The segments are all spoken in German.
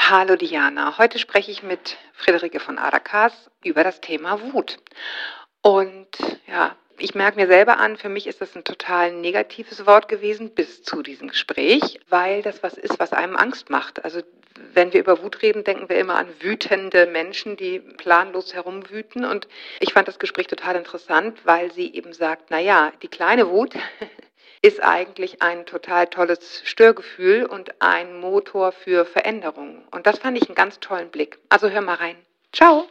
Hallo Diana, heute spreche ich mit Friederike von Adakas über das Thema Wut. Und ja, ich merke mir selber an, für mich ist das ein total negatives Wort gewesen bis zu diesem Gespräch, weil das was ist, was einem Angst macht. Also wenn wir über Wut reden, denken wir immer an wütende Menschen, die planlos herumwüten. Und ich fand das Gespräch total interessant, weil sie eben sagt, naja, die kleine Wut ist eigentlich ein total tolles Störgefühl und ein Motor für Veränderung. Und das fand ich einen ganz tollen Blick. Also hör mal rein. Ciao!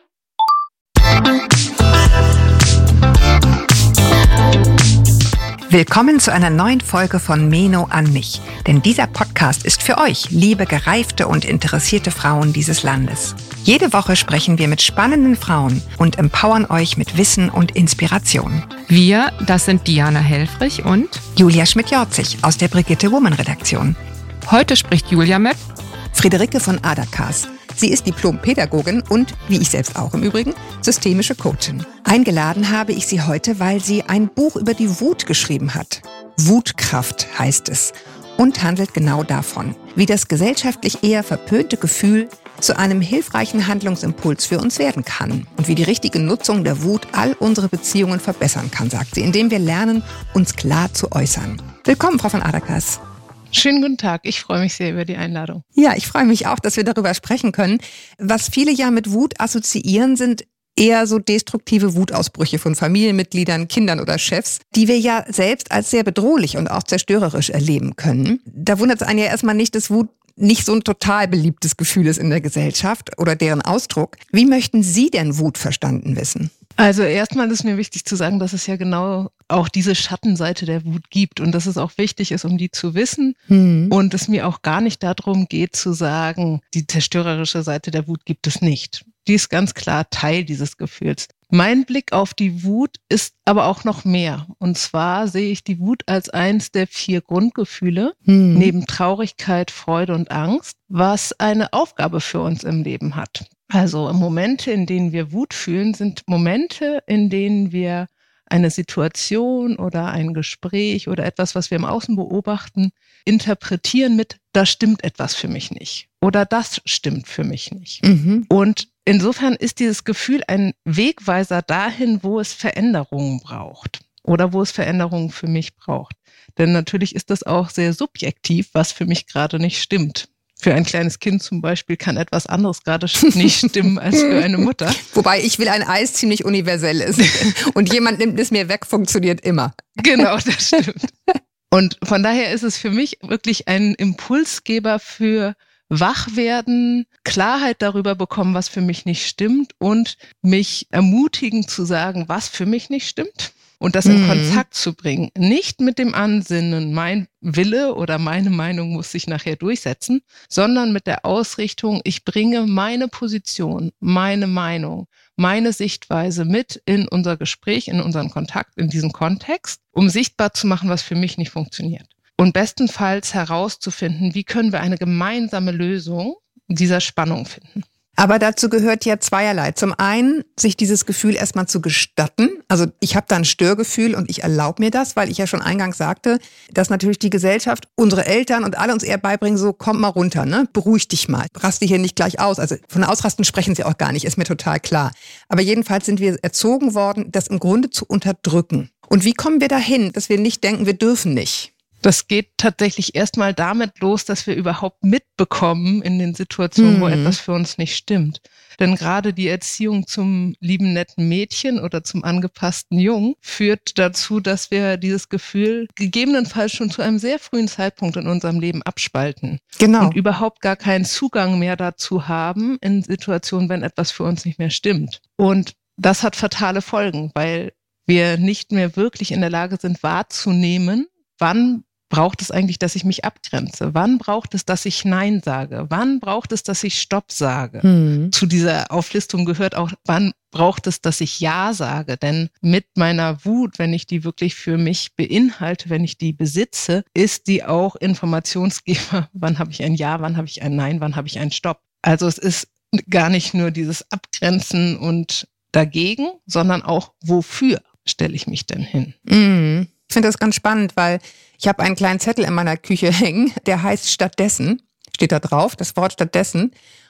Willkommen zu einer neuen Folge von Meno an mich. Denn dieser Podcast ist für euch, liebe gereifte und interessierte Frauen dieses Landes. Jede Woche sprechen wir mit spannenden Frauen und empowern euch mit Wissen und Inspiration. Wir, das sind Diana Helfrich und Julia Schmidt-Jorzig aus der Brigitte Woman Redaktion. Heute spricht Julia mit Friederike von Adakas. Sie ist Diplom-Pädagogin und, wie ich selbst auch im Übrigen, systemische Coachin. Eingeladen habe ich sie heute, weil sie ein Buch über die Wut geschrieben hat. Wutkraft heißt es und handelt genau davon, wie das gesellschaftlich eher verpönte Gefühl zu einem hilfreichen Handlungsimpuls für uns werden kann und wie die richtige Nutzung der Wut all unsere Beziehungen verbessern kann, sagt sie, indem wir lernen, uns klar zu äußern. Willkommen, Frau von Adakas. Schönen guten Tag, ich freue mich sehr über die Einladung. Ja, ich freue mich auch, dass wir darüber sprechen können. Was viele ja mit Wut assoziieren, sind eher so destruktive Wutausbrüche von Familienmitgliedern, Kindern oder Chefs, die wir ja selbst als sehr bedrohlich und auch zerstörerisch erleben können. Da wundert es einen ja erstmal nicht, dass Wut nicht so ein total beliebtes Gefühl ist in der Gesellschaft oder deren Ausdruck. Wie möchten Sie denn Wut verstanden wissen? Also erstmal ist mir wichtig zu sagen, dass es ja genau auch diese Schattenseite der Wut gibt und dass es auch wichtig ist, um die zu wissen und es mir auch gar nicht darum geht zu sagen, die zerstörerische Seite der Wut gibt es nicht. Die ist ganz klar Teil dieses Gefühls. Mein Blick auf die Wut ist aber auch noch mehr. Und zwar sehe ich die Wut als eins der 4 Grundgefühle, neben Traurigkeit, Freude und Angst, was eine Aufgabe für uns im Leben hat. Also Momente, in denen wir Wut fühlen, sind Momente, in denen wir eine Situation oder ein Gespräch oder etwas, was wir im Außen beobachten, interpretieren mit, da stimmt etwas für mich nicht oder das stimmt für mich nicht. Und insofern ist dieses Gefühl ein Wegweiser dahin, wo es Veränderungen braucht oder wo es Veränderungen für mich braucht. Denn natürlich ist das auch sehr subjektiv, was für mich gerade nicht stimmt. Für ein kleines Kind zum Beispiel kann etwas anderes gerade nicht stimmen als für eine Mutter. Wobei ich will ein Eis ziemlich universell ist. Und jemand nimmt es mir weg, funktioniert immer. Genau, das stimmt. Und von daher ist es für mich wirklich ein Impulsgeber für Wachwerden, Klarheit darüber bekommen, was für mich nicht stimmt und mich ermutigen zu sagen, was für mich nicht stimmt. Und das in Kontakt zu bringen. Nicht mit dem Ansinnen, mein Wille oder meine Meinung muss sich nachher durchsetzen, sondern mit der Ausrichtung, ich bringe meine Position, meine Meinung, meine Sichtweise mit in unser Gespräch, in unseren Kontakt, in diesen Kontext, um sichtbar zu machen, was für mich nicht funktioniert. Und bestenfalls herauszufinden, wie können wir eine gemeinsame Lösung dieser Spannung finden. Aber dazu gehört ja zweierlei. Zum einen, sich dieses Gefühl erstmal zu gestatten. Also ich habe da ein Störgefühl und ich erlaube mir das, weil ich ja schon eingangs sagte, dass natürlich die Gesellschaft, unsere Eltern und alle uns eher beibringen, so komm mal runter, ne? Beruhig dich mal, raste hier nicht gleich aus. Also von Ausrasten sprechen sie auch gar nicht, ist mir total klar. Aber jedenfalls sind wir erzogen worden, das im Grunde zu unterdrücken. Und wie kommen wir dahin, dass wir nicht denken, wir dürfen nicht? Das geht tatsächlich erstmal damit los, dass wir überhaupt mitbekommen in den Situationen, wo etwas für uns nicht stimmt. Denn gerade die Erziehung zum lieben, netten Mädchen oder zum angepassten Jungen führt dazu, dass wir dieses Gefühl gegebenenfalls schon zu einem sehr frühen Zeitpunkt in unserem Leben abspalten. Genau. Und überhaupt gar keinen Zugang mehr dazu haben in Situationen, wenn etwas für uns nicht mehr stimmt. Und das hat fatale Folgen, weil wir nicht mehr wirklich in der Lage sind wahrzunehmen, wann braucht es eigentlich, dass ich mich abgrenze? Wann braucht es, dass ich Nein sage? Wann braucht es, dass ich Stopp sage? Zu dieser Auflistung gehört auch, wann braucht es, dass ich Ja sage? Denn mit meiner Wut, wenn ich die wirklich für mich beinhalte, wenn ich die besitze, ist die auch Informationsgeber. Wann habe ich ein Ja, wann habe ich ein Nein, wann habe ich einen Stopp? Also es ist gar nicht nur dieses Abgrenzen und dagegen, sondern auch wofür stelle ich mich denn hin? Ich finde das ganz spannend, weil ich habe einen kleinen Zettel in meiner Küche hängen, der heißt stattdessen, steht da drauf, das Wort stattdessen.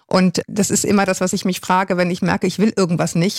Und das ist immer das, was ich mich frage, wenn ich merke, ich will irgendwas nicht.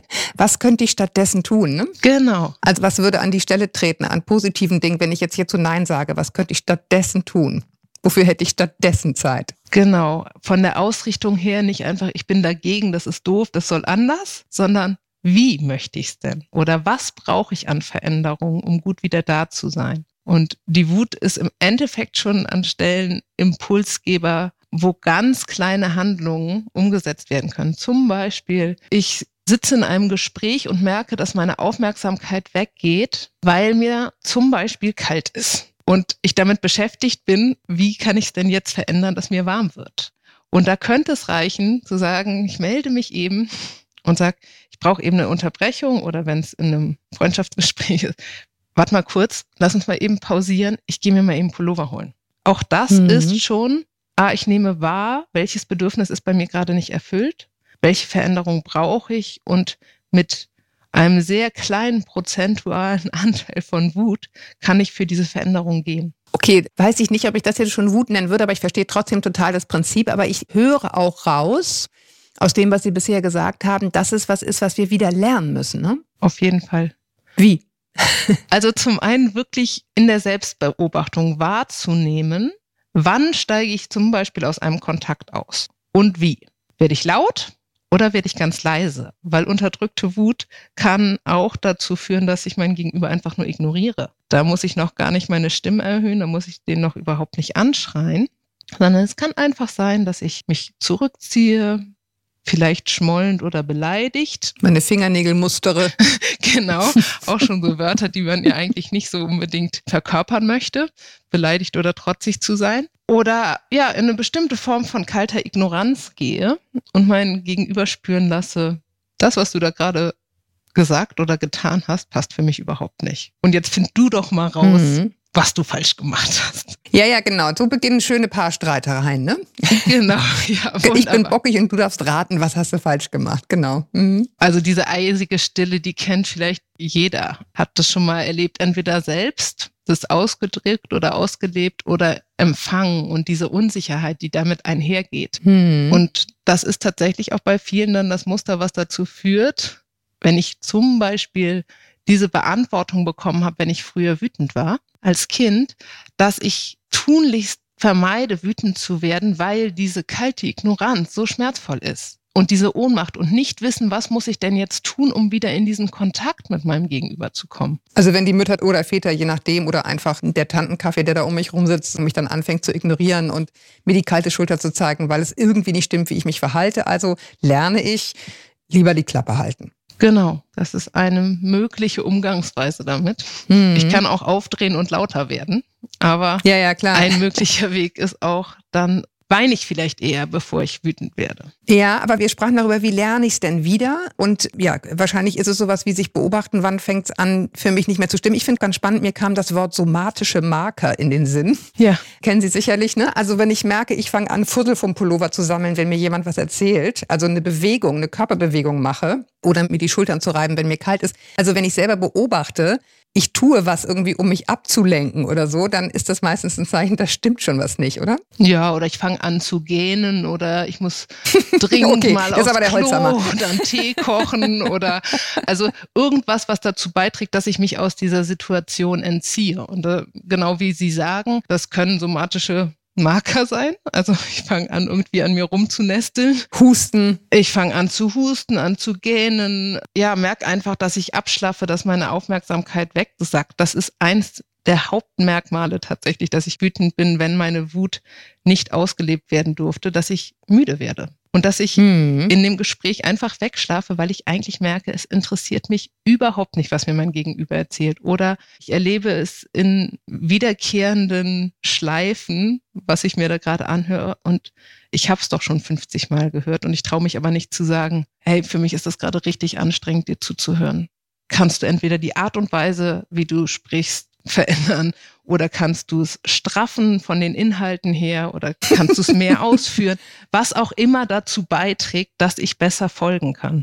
Was könnte ich stattdessen tun? Ne? Genau. Also was würde an die Stelle treten, an positiven Dingen, wenn ich jetzt hierzu Nein sage? Was könnte ich stattdessen tun? Wofür hätte ich stattdessen Zeit? Genau. Von der Ausrichtung her nicht einfach, ich bin dagegen, das ist doof, das soll anders, sondern wie möchte ich es denn? Oder was brauche ich an Veränderungen, um gut wieder da zu sein? Und die Wut ist im Endeffekt schon an Stellen Impulsgeber, wo ganz kleine Handlungen umgesetzt werden können. Zum Beispiel, ich sitze in einem Gespräch und merke, dass meine Aufmerksamkeit weggeht, weil mir zum Beispiel kalt ist. Und ich damit beschäftigt bin, wie kann ich es denn jetzt verändern, dass mir warm wird? Und da könnte es reichen, zu sagen, ich melde mich eben und sage, ich brauche eben eine Unterbrechung oder wenn es in einem Freundschaftsgespräch ist, warte mal kurz, lass uns mal eben pausieren, ich gehe mir mal eben Pullover holen. Auch das ist schon, ich nehme wahr, welches Bedürfnis ist bei mir gerade nicht erfüllt, welche Veränderung brauche ich und mit einem sehr kleinen prozentualen Anteil von Wut kann ich für diese Veränderung gehen. Okay, weiß ich nicht, ob ich das jetzt schon Wut nennen würde, aber ich verstehe trotzdem total das Prinzip. Aber ich höre auch raus, aus dem, was Sie bisher gesagt haben, dass es was ist, was wir wieder lernen müssen. Ne? Auf jeden Fall. Wie? Also zum einen wirklich in der Selbstbeobachtung wahrzunehmen, wann steige ich zum Beispiel aus einem Kontakt aus und wie. Werde ich laut oder werde ich ganz leise? Weil unterdrückte Wut kann auch dazu führen, dass ich mein Gegenüber einfach nur ignoriere. Da muss ich noch gar nicht meine Stimme erhöhen, da muss ich den noch überhaupt nicht anschreien, sondern es kann einfach sein, dass ich mich zurückziehe, vielleicht schmollend oder beleidigt. Meine Fingernägel mustere. Genau, auch schon so Wörter, die man ja eigentlich nicht so unbedingt verkörpern möchte, beleidigt oder trotzig zu sein. Oder ja, in eine bestimmte Form von kalter Ignoranz gehe und mein Gegenüber spüren lasse, das, was du da gerade gesagt oder getan hast, passt für mich überhaupt nicht. Und jetzt find du doch mal raus, was du falsch gemacht hast. Ja, genau. So beginnen schöne Paarstreitereien, ne? Genau, ja, wunderbar. Ich bin bockig und du darfst raten, was hast du falsch gemacht. Genau. Also diese eisige Stille, die kennt vielleicht jeder. Hat das schon mal erlebt, entweder selbst, das ausgedrückt oder ausgelebt oder empfangen und diese Unsicherheit, die damit einhergeht. Und das ist tatsächlich auch bei vielen dann das Muster, was dazu führt, wenn ich zum Beispiel diese Beantwortung bekommen habe, wenn ich früher wütend war, als Kind, dass ich tunlichst vermeide, wütend zu werden, weil diese kalte Ignoranz so schmerzvoll ist. Und diese Ohnmacht und nicht wissen, was muss ich denn jetzt tun, um wieder in diesen Kontakt mit meinem Gegenüber zu kommen. Also wenn die Mütter oder Väter, je nachdem, oder einfach der Tantenkaffee, der da um mich rumsitzt und mich dann anfängt zu ignorieren und mir die kalte Schulter zu zeigen, weil es irgendwie nicht stimmt, wie ich mich verhalte. Also lerne ich, lieber die Klappe halten. Genau, das ist eine mögliche Umgangsweise damit. Ich kann auch aufdrehen und lauter werden, aber ja, klar. Ein möglicher Weg ist auch, dann weine ich vielleicht eher, bevor ich wütend werde. Ja, aber wir sprachen darüber, wie lerne ich es denn wieder? Und ja, wahrscheinlich ist es sowas wie sich beobachten, wann fängt es an, für mich nicht mehr zu stimmen. Ich finde ganz spannend, mir kam das Wort somatische Marker in den Sinn. Ja. Kennen Sie sicherlich, ne? Also wenn ich merke, ich fange an, Fussel vom Pullover zu sammeln, wenn mir jemand was erzählt, also eine Bewegung, eine Körperbewegung mache oder mir die Schultern zu reiben, wenn mir kalt ist. Also wenn ich selber beobachte, ich tue was irgendwie, um mich abzulenken oder so, dann ist das meistens ein Zeichen, da stimmt schon was nicht, oder? Ja, oder ich fange an zu gähnen oder ich muss dringend mal aufs Klo oder einen Tee kochen oder also irgendwas, was dazu beiträgt, dass ich mich aus dieser Situation entziehe. Und genau wie Sie sagen, das können somatische Marker sein. Also ich fange an, irgendwie an mir rumzunesteln. Husten. Ich fange an zu husten, an zu gähnen. Ja, merke einfach, dass ich abschlaffe, dass meine Aufmerksamkeit wegsackt. Das ist eins der Hauptmerkmale tatsächlich, dass ich wütend bin, wenn meine Wut nicht ausgelebt werden durfte, dass ich müde werde. Und dass ich in dem Gespräch einfach wegschlafe, weil ich eigentlich merke, es interessiert mich überhaupt nicht, was mir mein Gegenüber erzählt. Oder ich erlebe es in wiederkehrenden Schleifen, was ich mir da gerade anhöre. Und ich habe es doch schon 50 Mal gehört. Und ich traue mich aber nicht zu sagen, hey, für mich ist das gerade richtig anstrengend, dir zuzuhören. Kannst du entweder die Art und Weise, wie du sprichst, verändern oder kannst du es straffen von den Inhalten her oder kannst du es mehr ausführen, was auch immer dazu beiträgt, dass ich besser folgen kann.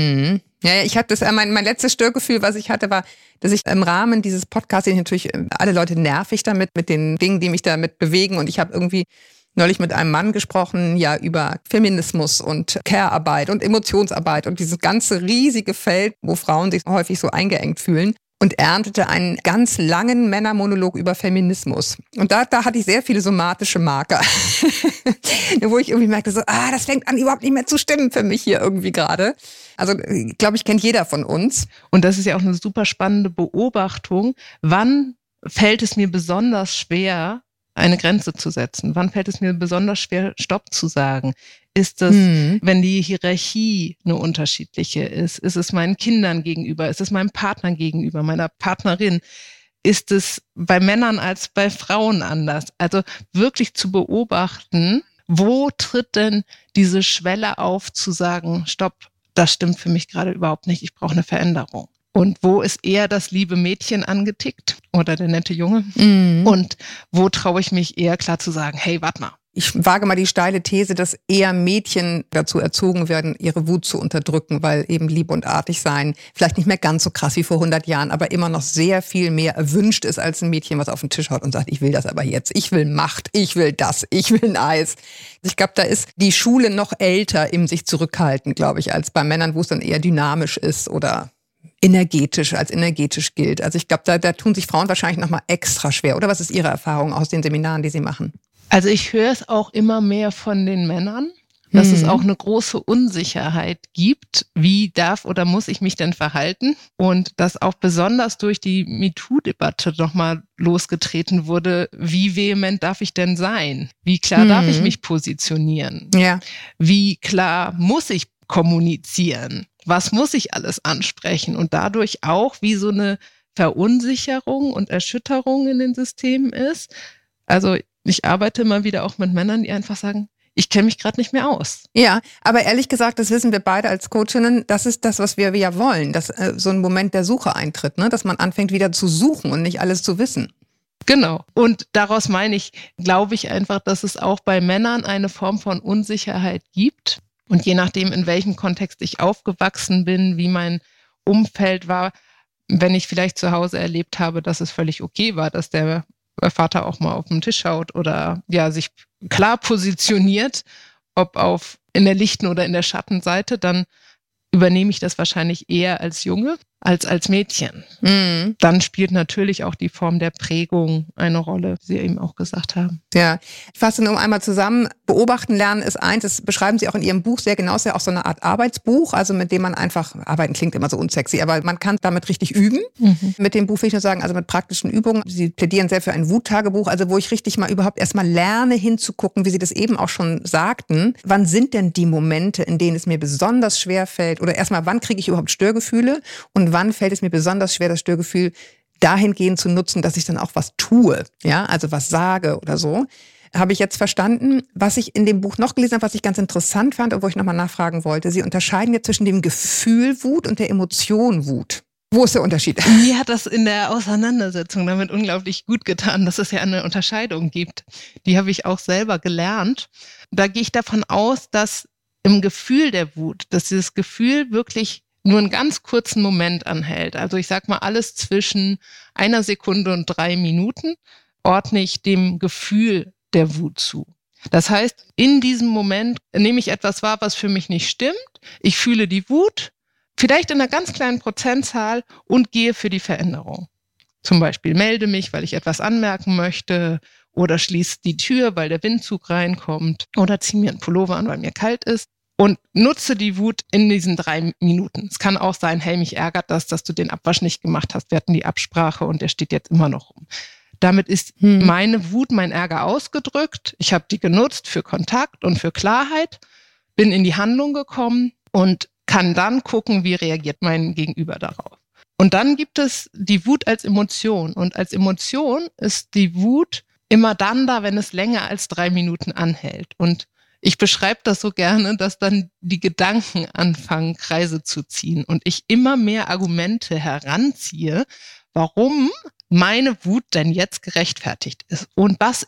Ja, ich hatte das, mein letztes Störgefühl, was ich hatte, war, dass ich im Rahmen dieses Podcasts, den ich natürlich alle Leute nervig damit, mit den Dingen, die mich damit bewegen und ich habe irgendwie neulich mit einem Mann gesprochen, ja, über Feminismus und Care-Arbeit und Emotionsarbeit und dieses ganze riesige Feld, wo Frauen sich häufig so eingeengt fühlen. Und erntete einen ganz langen Männermonolog über Feminismus. Und da hatte ich sehr viele somatische Marker, wo ich irgendwie merkte, so, das fängt an, überhaupt nicht mehr zu stimmen für mich hier irgendwie gerade. Also, glaube ich, kennt jeder von uns. Und das ist ja auch eine super spannende Beobachtung. Wann fällt es mir besonders schwer, eine Grenze zu setzen? Wann fällt es mir besonders schwer, Stopp zu sagen? Ist es, wenn die Hierarchie eine unterschiedliche ist? Ist es meinen Kindern gegenüber? Ist es meinem Partner gegenüber, meiner Partnerin? Ist es bei Männern als bei Frauen anders? Also wirklich zu beobachten, wo tritt denn diese Schwelle auf, zu sagen, Stopp, das stimmt für mich gerade überhaupt nicht, ich brauche eine Veränderung. Und wo ist eher das liebe Mädchen angetickt oder der nette Junge? Und wo traue ich mich eher klar zu sagen, hey, warte mal. Ich wage mal die steile These, dass eher Mädchen dazu erzogen werden, ihre Wut zu unterdrücken, weil eben lieb und artig sein vielleicht nicht mehr ganz so krass wie vor 100 Jahren, aber immer noch sehr viel mehr erwünscht ist als ein Mädchen, was auf den Tisch haut und sagt, ich will das aber jetzt, ich will Macht, ich will das, ich will ein Eis. Ich glaube, da ist die Schule noch älter im sich zurückhalten, glaube ich, als bei Männern, wo es dann eher dynamisch ist oder als energetisch gilt. Also ich glaube, da tun sich Frauen wahrscheinlich nochmal extra schwer. Oder was ist Ihre Erfahrung aus den Seminaren, die Sie machen? Also ich höre es auch immer mehr von den Männern, dass es auch eine große Unsicherheit gibt. Wie darf oder muss ich mich denn verhalten? Und dass auch besonders durch die MeToo-Debatte nochmal losgetreten wurde, wie vehement darf ich denn sein? Wie klar darf ich mich positionieren? Ja. Wie klar muss ich kommunizieren? Was muss ich alles ansprechen? Und dadurch auch, wie so eine Verunsicherung und Erschütterung in den Systemen ist. Also ich arbeite immer wieder auch mit Männern, die einfach sagen, ich kenne mich gerade nicht mehr aus. Ja, aber ehrlich gesagt, das wissen wir beide als Coachinnen, das ist das, was wir ja wollen, dass so ein Moment der Suche eintritt, ne? Dass man anfängt wieder zu suchen und nicht alles zu wissen. Genau. Und daraus meine ich, glaube ich einfach, dass es auch bei Männern eine Form von Unsicherheit gibt. Und je nachdem, in welchem Kontext ich aufgewachsen bin, wie mein Umfeld war, wenn ich vielleicht zu Hause erlebt habe, dass es völlig okay war, dass der Vater auch mal auf den Tisch schaut oder ja sich klar positioniert, ob in der lichten oder in der Schattenseite, dann übernehme ich das wahrscheinlich eher als Junge als Mädchen. Dann spielt natürlich auch die Form der Prägung eine Rolle, wie Sie eben auch gesagt haben. Ja, ich fasse nur einmal zusammen. Beobachten lernen ist eins, das beschreiben Sie auch in Ihrem Buch sehr genau, ist ja auch so eine Art Arbeitsbuch, also mit dem man einfach, arbeiten klingt immer so unsexy, aber man kann damit richtig üben. Mit dem Buch will ich nur sagen, also mit praktischen Übungen. Sie plädieren sehr für ein Wuttagebuch, also wo ich richtig mal überhaupt erstmal lerne hinzugucken, wie Sie das eben auch schon sagten. Wann sind denn die Momente, in denen es mir besonders schwer fällt, oder erstmal, wann kriege ich überhaupt Störgefühle und wann fällt es mir besonders schwer, das Störgefühl dahingehend zu nutzen, dass ich dann auch was tue, ja, also was sage oder so. Habe ich jetzt verstanden. Was ich in dem Buch noch gelesen habe, was ich ganz interessant fand und wo ich nochmal nachfragen wollte, Sie unterscheiden jetzt zwischen dem Gefühl Wut und der Emotion Wut. Wo ist der Unterschied? Mir hat das in der Auseinandersetzung damit unglaublich gut getan, dass es ja eine Unterscheidung gibt. Die habe ich auch selber gelernt. Da gehe ich davon aus, dass im Gefühl der Wut, dass dieses Gefühl wirklich nur einen ganz kurzen Moment anhält. Also ich sag mal, alles zwischen 1 Sekunde und 3 Minuten ordne ich dem Gefühl der Wut zu. Das heißt, in diesem Moment nehme ich etwas wahr, was für mich nicht stimmt. Ich fühle die Wut, vielleicht in einer ganz kleinen Prozentzahl, und gehe für die Veränderung. Zum Beispiel melde mich, weil ich etwas anmerken möchte, oder schließe die Tür, weil der Windzug reinkommt, oder ziehe mir einen Pullover an, weil mir kalt ist. Und nutze die Wut in diesen 3 Minuten. Es kann auch sein, hey, mich ärgert das, dass du den Abwasch nicht gemacht hast. Wir hatten die Absprache und der steht jetzt immer noch rum. Damit ist meine Wut, mein Ärger ausgedrückt. Ich habe die genutzt für Kontakt und für Klarheit, bin in die Handlung gekommen und kann dann gucken, wie reagiert mein Gegenüber darauf. Und dann gibt es die Wut als Emotion. Und als Emotion ist die Wut immer dann da, wenn es länger als 3 Minuten anhält. Und ich beschreibe das so gerne, dass dann die Gedanken anfangen, Kreise zu ziehen und ich immer mehr Argumente heranziehe, warum meine Wut denn jetzt gerechtfertigt ist und was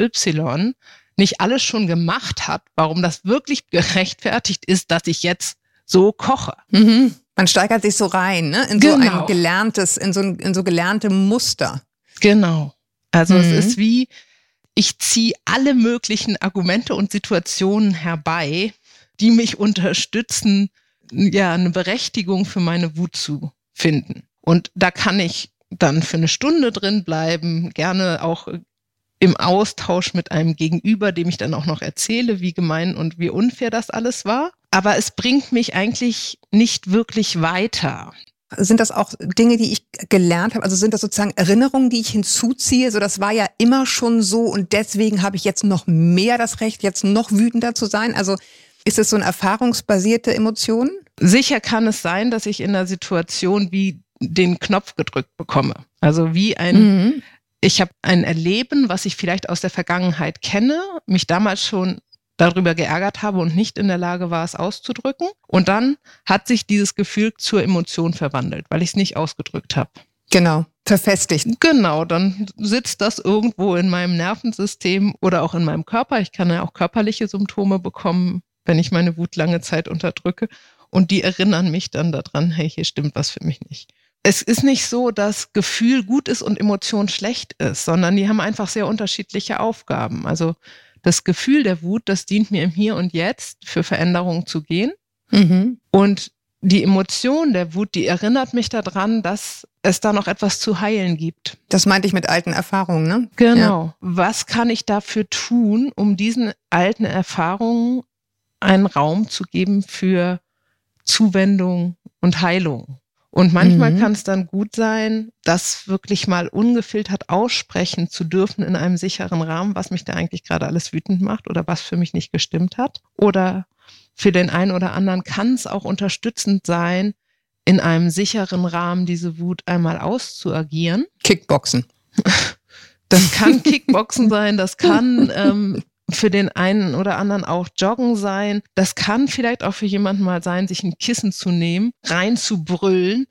XY nicht alles schon gemacht hat, warum das wirklich gerechtfertigt ist, dass ich jetzt so koche. Man steigert sich so rein, ne? In so ein gelerntes, in so gelernte Muster. Genau. Also es ist wie, ich ziehe alle möglichen Argumente und Situationen herbei, die mich unterstützen, ja, eine Berechtigung für meine Wut zu finden. Und da kann ich dann für eine Stunde drin bleiben, gerne auch im Austausch mit einem Gegenüber, dem ich dann auch noch erzähle, wie gemein und wie unfair das alles war. Aber es bringt mich eigentlich nicht wirklich weiter. Sind das auch Dinge, die ich gelernt habe? Also sind das sozusagen Erinnerungen, die ich hinzuziehe? So, das war ja immer schon so und deswegen habe ich jetzt noch mehr das Recht, jetzt noch wütender zu sein. Also ist es so eine erfahrungsbasierte Emotion? Sicher kann es sein, dass ich in einer Situation wie den Knopf gedrückt bekomme. Also wie ich habe ein Erleben, was ich vielleicht aus der Vergangenheit kenne, mich damals schon darüber geärgert habe und nicht in der Lage war, es auszudrücken. Und dann hat sich dieses Gefühl zur Emotion verwandelt, weil ich es nicht ausgedrückt habe. Genau, verfestigt. Genau, dann sitzt das irgendwo in meinem Nervensystem oder auch in meinem Körper. Ich kann ja auch körperliche Symptome bekommen, wenn ich meine Wut lange Zeit unterdrücke. Und die erinnern mich dann daran, hey, hier stimmt was für mich nicht. Es ist nicht so, dass Gefühl gut ist und Emotion schlecht ist, sondern die haben einfach sehr unterschiedliche Aufgaben. Also das Gefühl der Wut, das dient mir im Hier und Jetzt für Veränderungen zu gehen. Mhm. Und die Emotion der Wut, die erinnert mich daran, dass es da noch etwas zu heilen gibt. Das meinte ich mit alten Erfahrungen, ne? Genau. Ja. Was kann ich dafür tun, um diesen alten Erfahrungen einen Raum zu geben für Zuwendung und Heilung? Und manchmal kann es dann gut sein, das wirklich mal ungefiltert aussprechen zu dürfen in einem sicheren Rahmen, was mich da eigentlich gerade alles wütend macht oder was für mich nicht gestimmt hat. Oder für den einen oder anderen kann es auch unterstützend sein, in einem sicheren Rahmen diese Wut einmal auszuagieren. Kickboxen. Das kann Kickboxen sein, das kann für den einen oder anderen auch Joggen sein. Das kann vielleicht auch für jemanden mal sein, sich ein Kissen zu nehmen, reinzubrüllen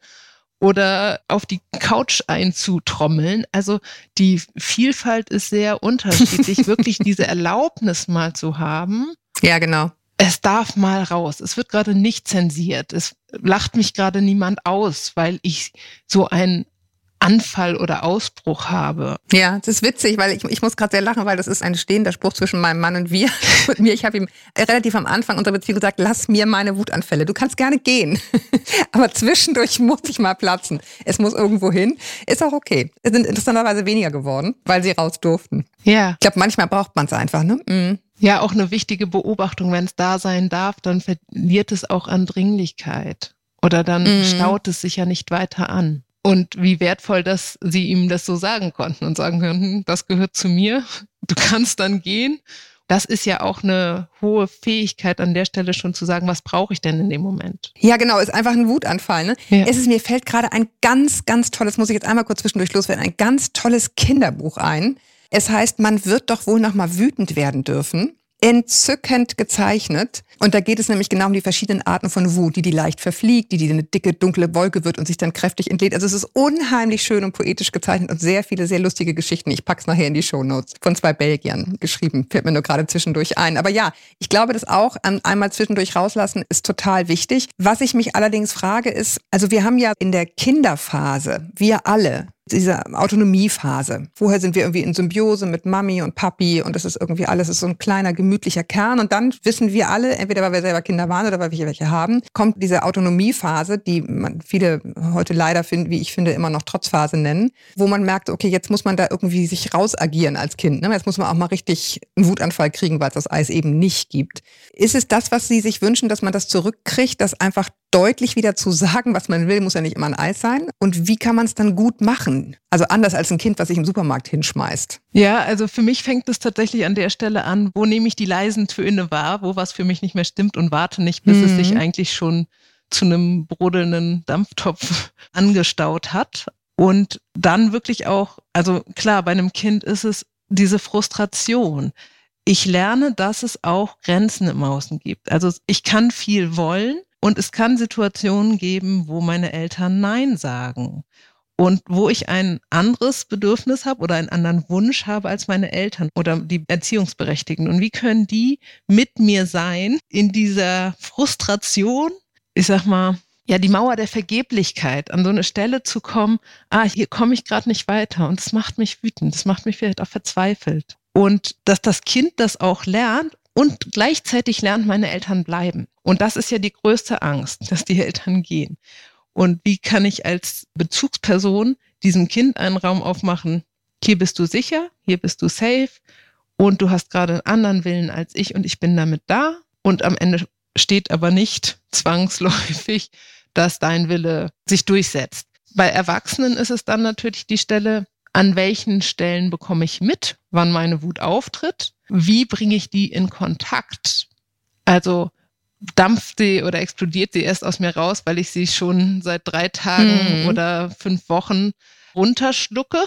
oder auf die Couch einzutrommeln. Also die Vielfalt ist sehr unterschiedlich. Wirklich diese Erlaubnis mal zu haben. Ja, genau. Es darf mal raus. Es wird gerade nicht zensiert. Es lacht mich gerade niemand aus, weil ich so einen Anfall oder Ausbruch habe. Ja, das ist witzig, weil ich muss gerade sehr lachen, weil das ist ein stehender Spruch zwischen meinem Mann und mir. Und mir, ich habe ihm relativ am Anfang unserer Beziehung gesagt, lass mir meine Wutanfälle. Du kannst gerne gehen. Aber zwischendurch muss ich mal platzen. Es muss irgendwo hin. Ist auch okay. Es sind interessanterweise weniger geworden, weil sie raus durften. Ja. Ich glaube, manchmal braucht man es einfach, ne? Mhm. Ja, auch eine wichtige Beobachtung. Wenn es da sein darf, dann verliert es auch an Dringlichkeit. Oder dann staut es sich ja nicht weiter an. Und wie wertvoll, dass sie ihm das so sagen konnten und sagen können, das gehört zu mir, du kannst dann gehen. Das ist ja auch eine hohe Fähigkeit an der Stelle schon zu sagen, was brauche ich denn in dem Moment? Ja, genau, ist einfach ein Wutanfall. Ne? Ja. Mir fällt gerade ein ganz, ganz tolles, muss ich jetzt einmal kurz zwischendurch loswerden, ein ganz tolles Kinderbuch ein. Es heißt, man wird doch wohl noch mal wütend werden dürfen. Entzückend gezeichnet. Und da geht es nämlich genau um die verschiedenen Arten von Wut, die leicht verfliegt, die eine dicke, dunkle Wolke wird und sich dann kräftig entlädt. Also es ist unheimlich schön und poetisch gezeichnet und sehr viele, sehr lustige Geschichten. Ich pack's nachher in die Shownotes. Von 2 Belgiern geschrieben. Fällt mir nur gerade zwischendurch ein. Aber ja, ich glaube, das auch einmal zwischendurch rauslassen ist total wichtig. Was ich mich allerdings frage ist, also wir haben ja in der Kinderphase, wir alle, diese Autonomiephase. Vorher sind wir irgendwie in Symbiose mit Mami und Papi und das ist irgendwie alles, ist so ein kleiner, gemütlicher Kern. Und dann wissen wir alle, entweder weil wir selber Kinder waren oder weil wir welche haben, kommt diese Autonomiephase, die man viele heute leider finden, wie ich finde, immer noch Trotzphase nennen, wo man merkt, okay, jetzt muss man da irgendwie sich rausagieren als Kind. Ne? Jetzt muss man auch mal richtig einen Wutanfall kriegen, weil es das Eis eben nicht gibt. Ist es das, was Sie sich wünschen, dass man das zurückkriegt, das einfach deutlich wieder zu sagen, was man will, muss ja nicht immer ein Eis sein? Und wie kann man es dann gut machen? Also anders als ein Kind, was sich im Supermarkt hinschmeißt. Ja, also für mich fängt es tatsächlich an der Stelle an, wo nehme ich die leisen Töne wahr, wo was für mich nicht mehr stimmt und warte nicht, bis es sich eigentlich schon zu einem brodelnden Dampftopf angestaut hat. Und dann wirklich auch, also klar, bei einem Kind ist es diese Frustration. Ich lerne, dass es auch Grenzen im Außen gibt. Also ich kann viel wollen und es kann Situationen geben, wo meine Eltern Nein sagen. Und wo ich ein anderes Bedürfnis habe oder einen anderen Wunsch habe als meine Eltern oder die Erziehungsberechtigten. Und wie können die mit mir sein in dieser Frustration, ich sag mal, ja, die Mauer der Vergeblichkeit, an so eine Stelle zu kommen, hier komme ich gerade nicht weiter und das macht mich wütend, das macht mich vielleicht auch verzweifelt. und dass das Kind das auch lernt und gleichzeitig lernt, meine Eltern bleiben. Und das ist ja die größte Angst, dass die Eltern gehen. Und wie kann ich als Bezugsperson diesem Kind einen Raum aufmachen? Hier bist du sicher, hier bist du safe und du hast gerade einen anderen Willen als ich und ich bin damit da. Und am Ende steht aber nicht zwangsläufig, dass dein Wille sich durchsetzt. Bei Erwachsenen ist es dann natürlich die Stelle, an welchen Stellen bekomme ich mit, wann meine Wut auftritt? Wie bringe ich die in Kontakt? Also dampft sie oder explodiert sie erst aus mir raus, weil ich sie schon seit 3 Tagen oder 5 Wochen runterschlucke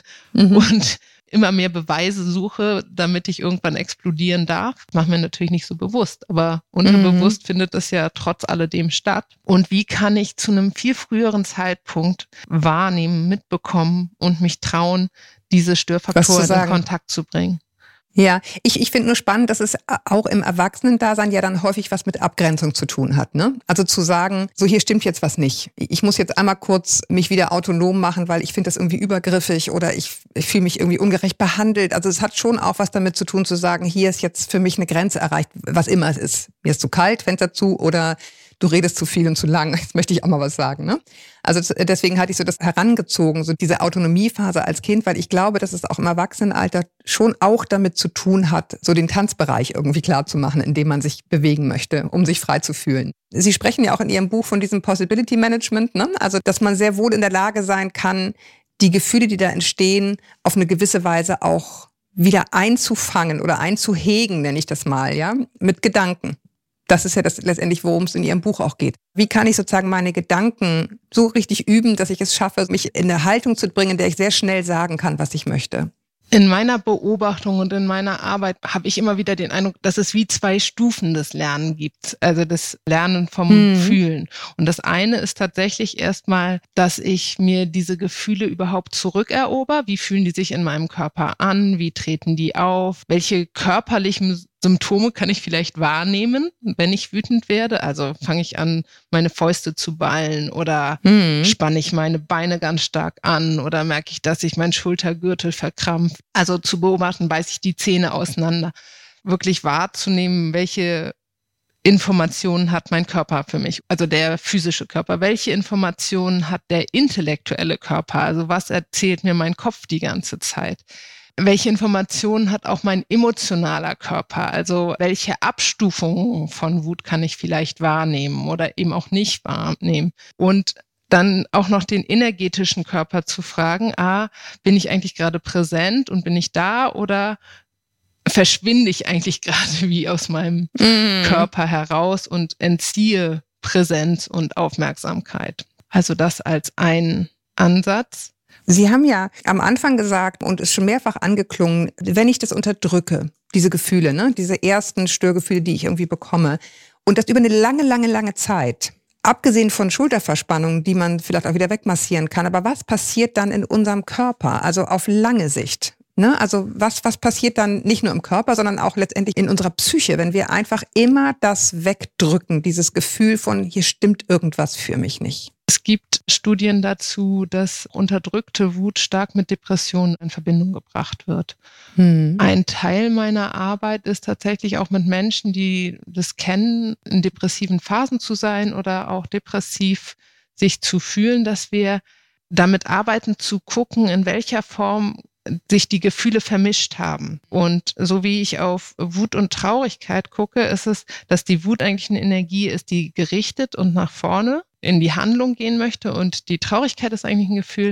und immer mehr Beweise suche, damit ich irgendwann explodieren darf. Mache mir natürlich nicht so bewusst, aber unterbewusst findet das ja trotz alledem statt. Und wie kann ich zu einem viel früheren Zeitpunkt wahrnehmen, mitbekommen und mich trauen, diese Störfaktoren in Kontakt zu bringen? Ja, ich finde nur spannend, dass es auch im Erwachsenendasein ja dann häufig was mit Abgrenzung zu tun hat, ne? Also zu sagen, so hier stimmt jetzt was nicht. Ich muss jetzt einmal kurz mich wieder autonom machen, weil ich finde das irgendwie übergriffig oder ich fühle mich irgendwie ungerecht behandelt. Also es hat schon auch was damit zu tun, zu sagen, hier ist jetzt für mich eine Grenze erreicht, was immer es ist. Mir ist zu kalt, Fenster zu oder du redest zu viel und zu lang. Jetzt möchte ich auch mal was sagen, ne? Also deswegen hatte ich so das herangezogen, so diese Autonomiephase als Kind, weil ich glaube, dass es auch im Erwachsenenalter schon auch damit zu tun hat, so den Tanzbereich irgendwie klar zu machen, in dem man sich bewegen möchte, um sich frei zu fühlen. Sie sprechen ja auch in Ihrem Buch von diesem Possibility Management, ne? Also, dass man sehr wohl in der Lage sein kann, die Gefühle, die da entstehen, auf eine gewisse Weise auch wieder einzufangen oder einzuhegen, nenne ich das mal, ja, mit Gedanken. Das ist ja das letztendlich, worum es in Ihrem Buch auch geht. Wie kann ich sozusagen meine Gedanken so richtig üben, dass ich es schaffe, mich in eine Haltung zu bringen, in der ich sehr schnell sagen kann, was ich möchte? In meiner Beobachtung und in meiner Arbeit habe ich immer wieder den Eindruck, dass es wie 2 Stufen des Lernen gibt. Also das Lernen vom Fühlen. Und das eine ist tatsächlich erstmal, dass ich mir diese Gefühle überhaupt zurückerober. Wie fühlen die sich in meinem Körper an? Wie treten die auf? Welche körperlichen Symptome kann ich vielleicht wahrnehmen, wenn ich wütend werde? Also fange ich an, meine Fäuste zu ballen oder spanne ich meine Beine ganz stark an oder merke ich, dass sich mein Schultergürtel verkrampft? Also zu beobachten, beiße ich die Zähne auseinander. Wirklich wahrzunehmen, welche Informationen hat mein Körper für mich, also der physische Körper. Welche Informationen hat der intellektuelle Körper? Also was erzählt mir mein Kopf die ganze Zeit? Welche Informationen hat auch mein emotionaler Körper? Also welche Abstufungen von Wut kann ich vielleicht wahrnehmen oder eben auch nicht wahrnehmen? Und dann auch noch den energetischen Körper zu fragen, bin ich eigentlich gerade präsent und bin ich da oder verschwinde ich eigentlich gerade wie aus meinem Körper heraus und entziehe Präsenz und Aufmerksamkeit? Also das als ein Ansatz. Sie haben ja am Anfang gesagt und ist schon mehrfach angeklungen, wenn ich das unterdrücke, diese Gefühle, ne, diese ersten Störgefühle, die ich irgendwie bekomme, und das über eine lange, lange, lange Zeit, abgesehen von Schulterverspannungen, die man vielleicht auch wieder wegmassieren kann, aber was passiert dann in unserem Körper, also auf lange Sicht? Ne? Also was passiert dann nicht nur im Körper, sondern auch letztendlich in unserer Psyche, wenn wir einfach immer das wegdrücken, dieses Gefühl von, hier stimmt irgendwas für mich nicht? Es gibt Studien dazu, dass unterdrückte Wut stark mit Depressionen in Verbindung gebracht wird. Ein Teil meiner Arbeit ist tatsächlich auch mit Menschen, die das kennen, in depressiven Phasen zu sein oder auch depressiv sich zu fühlen, dass wir damit arbeiten, zu gucken, in welcher Form sich die Gefühle vermischt haben. Und so wie ich auf Wut und Traurigkeit gucke, ist es, dass die Wut eigentlich eine Energie ist, die gerichtet und nach vorne in die Handlung gehen möchte. Und die Traurigkeit ist eigentlich ein Gefühl,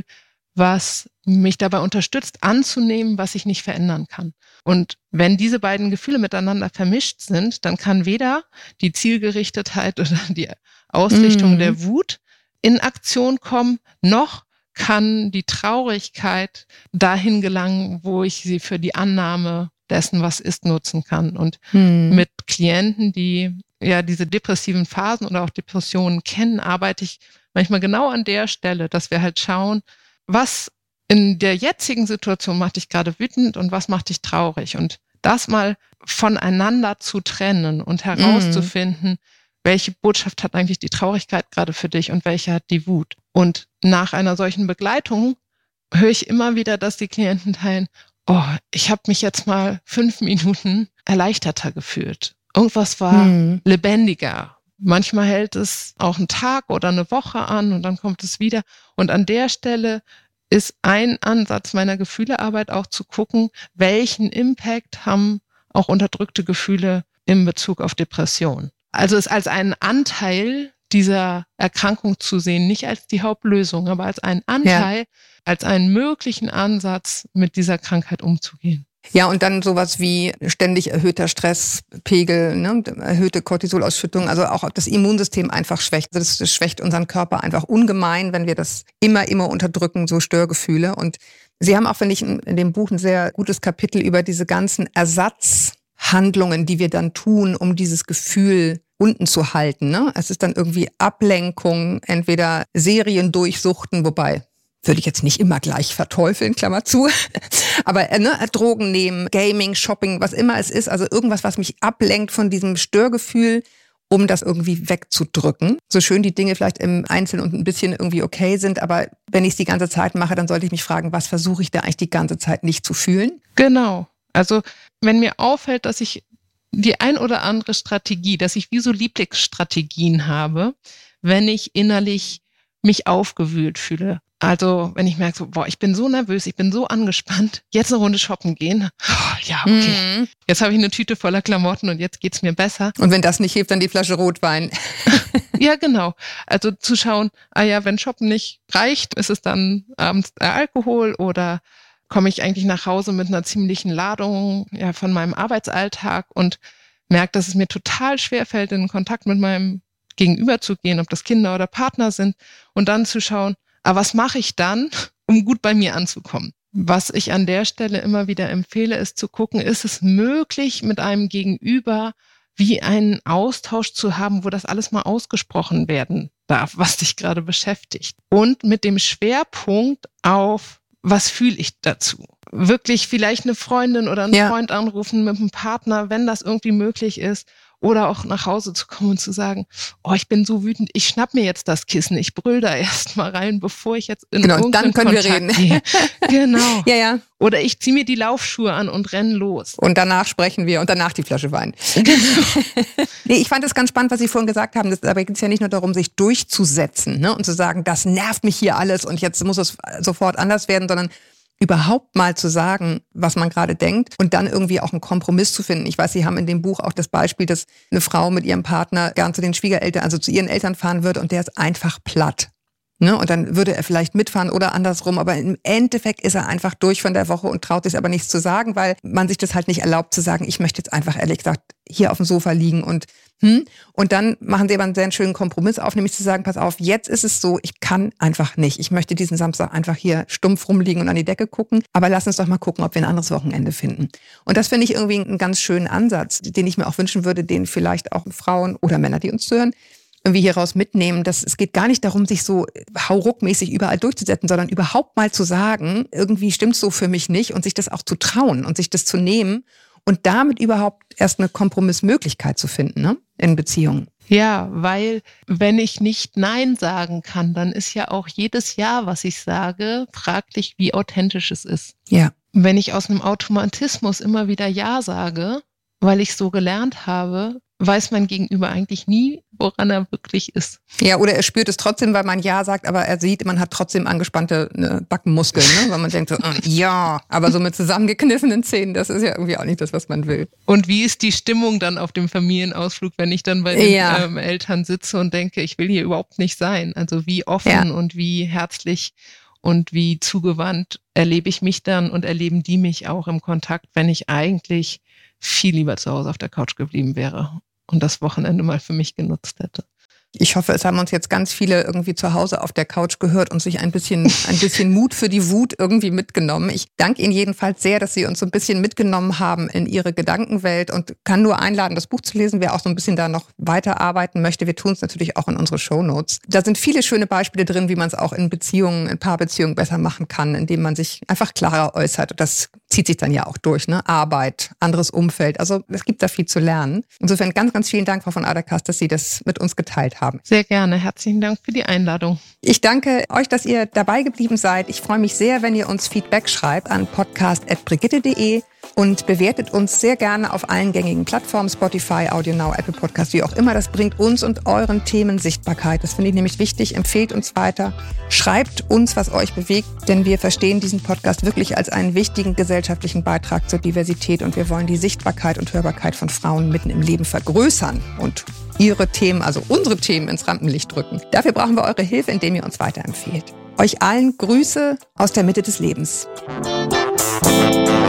was mich dabei unterstützt, anzunehmen, was ich nicht verändern kann. Und wenn diese beiden Gefühle miteinander vermischt sind, dann kann weder die Zielgerichtetheit oder die Ausrichtung der Wut in Aktion kommen, noch kann die Traurigkeit dahin gelangen, wo ich sie für die Annahme dessen, was ist, nutzen kann. Und mit Klienten, die ja diese depressiven Phasen oder auch Depressionen kennen, arbeite ich manchmal genau an der Stelle, dass wir halt schauen, was in der jetzigen Situation macht dich gerade wütend und was macht dich traurig. Und das mal voneinander zu trennen und herauszufinden, welche Botschaft hat eigentlich die Traurigkeit gerade für dich und welche hat die Wut. Und nach einer solchen Begleitung höre ich immer wieder, dass die Klienten teilen, ich habe mich jetzt mal 5 Minuten erleichterter gefühlt. Irgendwas war lebendiger. Manchmal hält es auch einen Tag oder eine Woche an und dann kommt es wieder. Und an der Stelle ist ein Ansatz meiner Gefühlearbeit auch zu gucken, welchen Impact haben auch unterdrückte Gefühle in Bezug auf Depression. Also es als einen Anteil dieser Erkrankung zu sehen, nicht als die Hauptlösung, aber als einen Anteil, als einen möglichen Ansatz, mit dieser Krankheit umzugehen. Ja, und dann sowas wie ständig erhöhter Stresspegel, ne, erhöhte Cortisolausschüttung, also auch das Immunsystem einfach schwächt. Also das schwächt unseren Körper einfach ungemein, wenn wir das immer unterdrücken, so Störgefühle. Und Sie haben auch, finde ich, in dem Buch ein sehr gutes Kapitel über diese ganzen Ersatzhandlungen, die wir dann tun, um dieses Gefühl unten zu halten. Ne? Es ist dann irgendwie Ablenkung, entweder Seriendurchsuchten, wobei würde ich jetzt nicht immer gleich verteufeln, Klammer zu, aber Drogen nehmen, Gaming, Shopping, was immer es ist, also irgendwas, was mich ablenkt von diesem Störgefühl, um das irgendwie wegzudrücken. So schön die Dinge vielleicht im Einzelnen und ein bisschen irgendwie okay sind, aber wenn ich es die ganze Zeit mache, dann sollte ich mich fragen, was versuche ich da eigentlich die ganze Zeit nicht zu fühlen? Genau. Also wenn mir auffällt, dass ich die ein oder andere Strategie, dass ich wie so Lieblingsstrategien habe, wenn ich innerlich mich aufgewühlt fühle. Also wenn ich merke, so, ich bin so nervös, ich bin so angespannt, jetzt eine Runde shoppen gehen. Ja, okay. Jetzt habe ich eine Tüte voller Klamotten und jetzt geht's mir besser. Und wenn das nicht hilft, dann die Flasche Rotwein. Ja, genau. Also zu schauen, wenn shoppen nicht reicht, ist es dann abends Alkohol oder komme ich eigentlich nach Hause mit einer ziemlichen Ladung von meinem Arbeitsalltag und merke, dass es mir total schwerfällt, in Kontakt mit meinem Gegenüber zu gehen, ob das Kinder oder Partner sind, und dann zu schauen, was mache ich dann, um gut bei mir anzukommen? Was ich an der Stelle immer wieder empfehle, ist zu gucken, ist es möglich, mit einem Gegenüber wie einen Austausch zu haben, wo das alles mal ausgesprochen werden darf, was dich gerade beschäftigt. Und mit dem Schwerpunkt auf, was fühle ich dazu? Wirklich vielleicht eine Freundin oder einen Freund anrufen mit einem Partner, wenn das irgendwie möglich ist. Oder auch nach Hause zu kommen und zu sagen, ich bin so wütend, ich schnapp mir jetzt das Kissen, ich brüll da erst mal rein, bevor ich jetzt in irgendeinen Kontakt gehe. Genau. Ja. Oder ich ziehe mir die Laufschuhe an und renne los. Und danach sprechen wir und danach die Flasche Wein. Nee, ich fand es ganz spannend, was Sie vorhin gesagt haben. Dabei geht es ja nicht nur darum, sich durchzusetzen, ne, und zu sagen, das nervt mich hier alles und jetzt muss es sofort anders werden, sondern überhaupt mal zu sagen, was man gerade denkt und dann irgendwie auch einen Kompromiss zu finden. Ich weiß, Sie haben in dem Buch auch das Beispiel, dass eine Frau mit ihrem Partner gern zu den Schwiegereltern, also zu ihren Eltern fahren wird und der ist einfach platt. Ne? Und dann würde er vielleicht mitfahren oder andersrum, aber im Endeffekt ist er einfach durch von der Woche und traut sich aber nichts zu sagen, weil man sich das halt nicht erlaubt zu sagen, ich möchte jetzt einfach ehrlich gesagt hier auf dem Sofa liegen und dann machen sie aber einen sehr schönen Kompromiss auf, nämlich zu sagen, pass auf, jetzt ist es so, ich kann einfach nicht. Ich möchte diesen Samstag einfach hier stumpf rumliegen und an die Decke gucken, aber lass uns doch mal gucken, ob wir ein anderes Wochenende finden. Und das finde ich irgendwie einen ganz schönen Ansatz, den ich mir auch wünschen würde, den vielleicht auch Frauen oder Männer, die uns zuhören, irgendwie hieraus mitnehmen, dass es geht gar nicht darum, sich so hauruckmäßig überall durchzusetzen, sondern überhaupt mal zu sagen, irgendwie stimmt's so für mich nicht und sich das auch zu trauen und sich das zu nehmen und damit überhaupt erst eine Kompromissmöglichkeit zu finden, ne, in Beziehungen. Ja, weil wenn ich nicht Nein sagen kann, dann ist ja auch jedes Ja, was ich sage, fraglich, wie authentisch es ist. Ja. Wenn ich aus einem Automatismus immer wieder Ja sage, weil ich so gelernt habe, weiß mein Gegenüber eigentlich nie, woran er wirklich ist. Ja, oder er spürt es trotzdem, weil man Ja sagt, aber er sieht, man hat trotzdem angespannte Backenmuskeln, ne? Weil man denkt so, ja, aber so mit zusammengekniffenen Zähnen, das ist ja irgendwie auch nicht das, was man will. Und wie ist die Stimmung dann auf dem Familienausflug, wenn ich dann bei den Eltern sitze und denke, ich will hier überhaupt nicht sein? Also wie offen und wie herzlich und wie zugewandt erlebe ich mich dann und erleben die mich auch im Kontakt, wenn ich eigentlich viel lieber zu Hause auf der Couch geblieben wäre und das Wochenende mal für mich genutzt hätte. Ich hoffe, es haben uns jetzt ganz viele irgendwie zu Hause auf der Couch gehört und sich ein bisschen Mut für die Wut irgendwie mitgenommen. Ich danke Ihnen jedenfalls sehr, dass Sie uns so ein bisschen mitgenommen haben in Ihre Gedankenwelt und kann nur einladen, das Buch zu lesen, wer auch so ein bisschen da noch weiterarbeiten möchte. Wir tun es natürlich auch in unsere Shownotes. Da sind viele schöne Beispiele drin, wie man es auch in Beziehungen, in Paarbeziehungen besser machen kann, indem man sich einfach klarer äußert. Und das zieht sich dann ja auch durch, ne? Arbeit, anderes Umfeld. Also es gibt da viel zu lernen. Insofern ganz, ganz vielen Dank, Frau von Aderkas, dass Sie das mit uns geteilt haben. Sehr gerne. Herzlichen Dank für die Einladung. Ich danke euch, dass ihr dabei geblieben seid. Ich freue mich sehr, wenn ihr uns Feedback schreibt an podcast@brigitte.de und bewertet uns sehr gerne auf allen gängigen Plattformen, Spotify, AudioNow, Apple Podcast, wie auch immer. Das bringt uns und euren Themen Sichtbarkeit. Das finde ich nämlich wichtig. Empfehlt uns weiter. Schreibt uns, was euch bewegt, denn wir verstehen diesen Podcast wirklich als einen wichtigen gesellschaftlichen Beitrag zur Diversität und wir wollen die Sichtbarkeit und Hörbarkeit von Frauen mitten im Leben vergrößern und ihre Themen, also unsere Themen, ins Rampenlicht rücken. Dafür brauchen wir eure Hilfe, indem ihr uns weiterempfehlt. Euch allen Grüße aus der Mitte des Lebens.